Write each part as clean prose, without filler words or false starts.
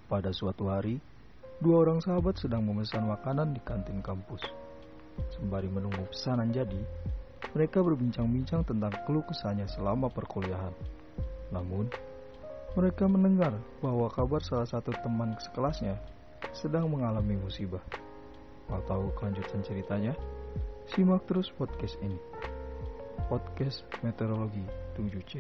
Pada suatu hari, dua orang sahabat sedang memesan makanan di kantin kampus. Sembari menunggu pesanan jadi, mereka berbincang-bincang tentang keluh kesahnya selama perkuliahan. Namun, mereka mendengar bahwa kabar salah satu teman sekelasnya sedang mengalami musibah. Mau tahu kelanjutan ceritanya? Simak terus podcast ini. Podcast Meteorologi 7C.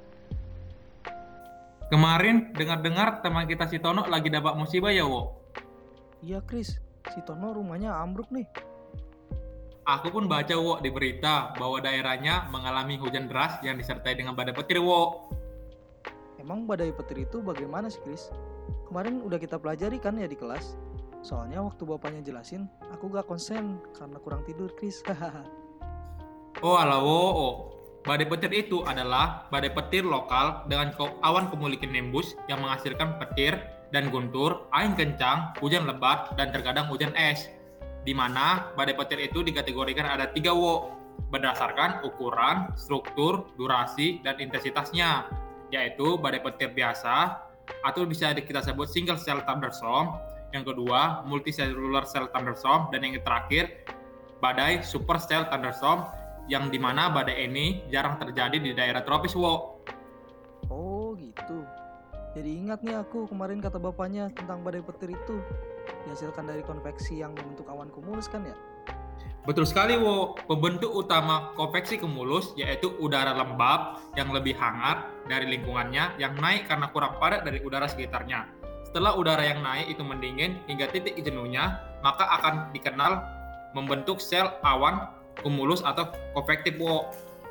Kemarin dengar-dengar teman kita si Tono lagi dapat musibah ya, Wo? Iya, Kris. Si Tono rumahnya ambruk nih. Aku pun baca, Wo, di berita bahwa daerahnya mengalami hujan deras yang disertai dengan badai petir, Wo. Emang badai petir itu bagaimana sih, Kris? Kemarin udah kita pelajari kan ya di kelas? Soalnya waktu bapaknya jelasin, aku gak konsen karena kurang tidur, Kris. Oh alah, Wo. Badai petir itu adalah badai petir lokal dengan awan cumulonimbus yang menghasilkan petir dan guntur, angin kencang, hujan lebat, dan terkadang hujan es. Di mana badai petir itu dikategorikan ada 3, Wo, berdasarkan ukuran, struktur, durasi, dan intensitasnya, yaitu badai petir biasa atau bisa kita sebut single cell thunderstorm, yang kedua multicellular cell thunderstorm, dan yang terakhir badai supercell thunderstorm, yang dimana badai ini jarang terjadi di daerah tropis, Wo. Oh gitu. Jadi ingat nih aku kemarin kata bapaknya tentang badai petir itu dihasilkan dari konveksi yang membentuk awan kumulus kan ya? Betul sekali, Wo. Pembentuk utama konveksi kumulus yaitu udara lembab yang lebih hangat dari lingkungannya yang naik karena kurang padat dari udara sekitarnya. Setelah udara yang naik itu mendingin hingga titik jenuhnya, maka akan dikenal membentuk sel awan kumulus atau konvektif, Wo.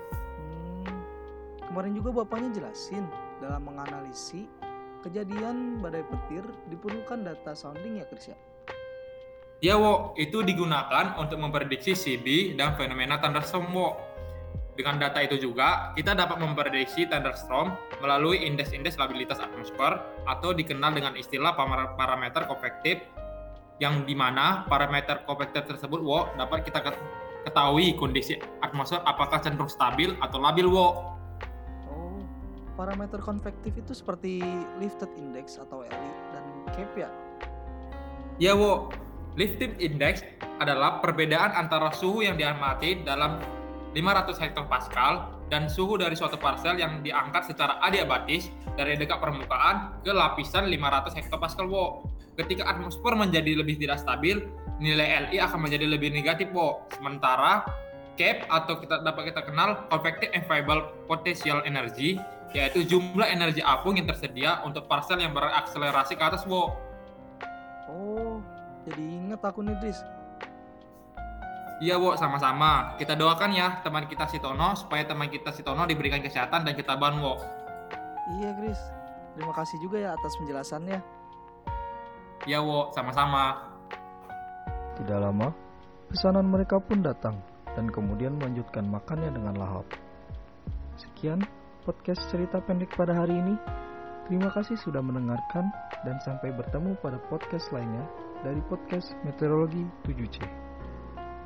Kemarin juga bapaknya jelasin dalam menganalisis kejadian badai petir diperlukan data sounding ya, Kris ya? Ya, Wo, itu digunakan untuk memprediksi CB dan fenomena thunderstorm, Wo. Dengan data itu juga, kita dapat memprediksi thunderstorm melalui indeks labilitas atmosfer atau dikenal dengan istilah parameter konvektif, yang dimana parameter konvektif tersebut, Wo, dapat kita ketahui kondisi atmosfer apakah cenderung stabil atau labil, Wo. Oh, parameter konvektif itu seperti lifted index atau LI dan CAP ya? Ya, Wo. Lifted index adalah perbedaan antara suhu yang diamati dalam 500 hektopascal dan suhu dari suatu parsel yang diangkat secara adiabatis dari dekat permukaan ke lapisan 500 hektopascal, Wo. Ketika atmosfer menjadi lebih tidak stabil, nilai LI akan menjadi lebih negatif, Wo. Sementara CAP atau dapat kita kenal Convective and Variable Potential Energy, yaitu jumlah energi apung yang tersedia untuk parsel yang berakselerasi ke atas, Wo. Oh, jadi inget aku nih, Dris. Iya, Wo, sama-sama. Kita doakan ya teman kita si Tono supaya teman kita si Tono diberikan kesehatan dan ketabahan, Wo. Iya, Kris. Terima kasih juga ya atas penjelasannya. Iya, Wo, sama-sama. Tidak lama, pesanan mereka pun datang dan kemudian melanjutkan makannya dengan lahap. Sekian podcast cerita pendek pada hari ini. Terima kasih sudah mendengarkan dan sampai bertemu pada podcast lainnya dari podcast Meteorologi 7C.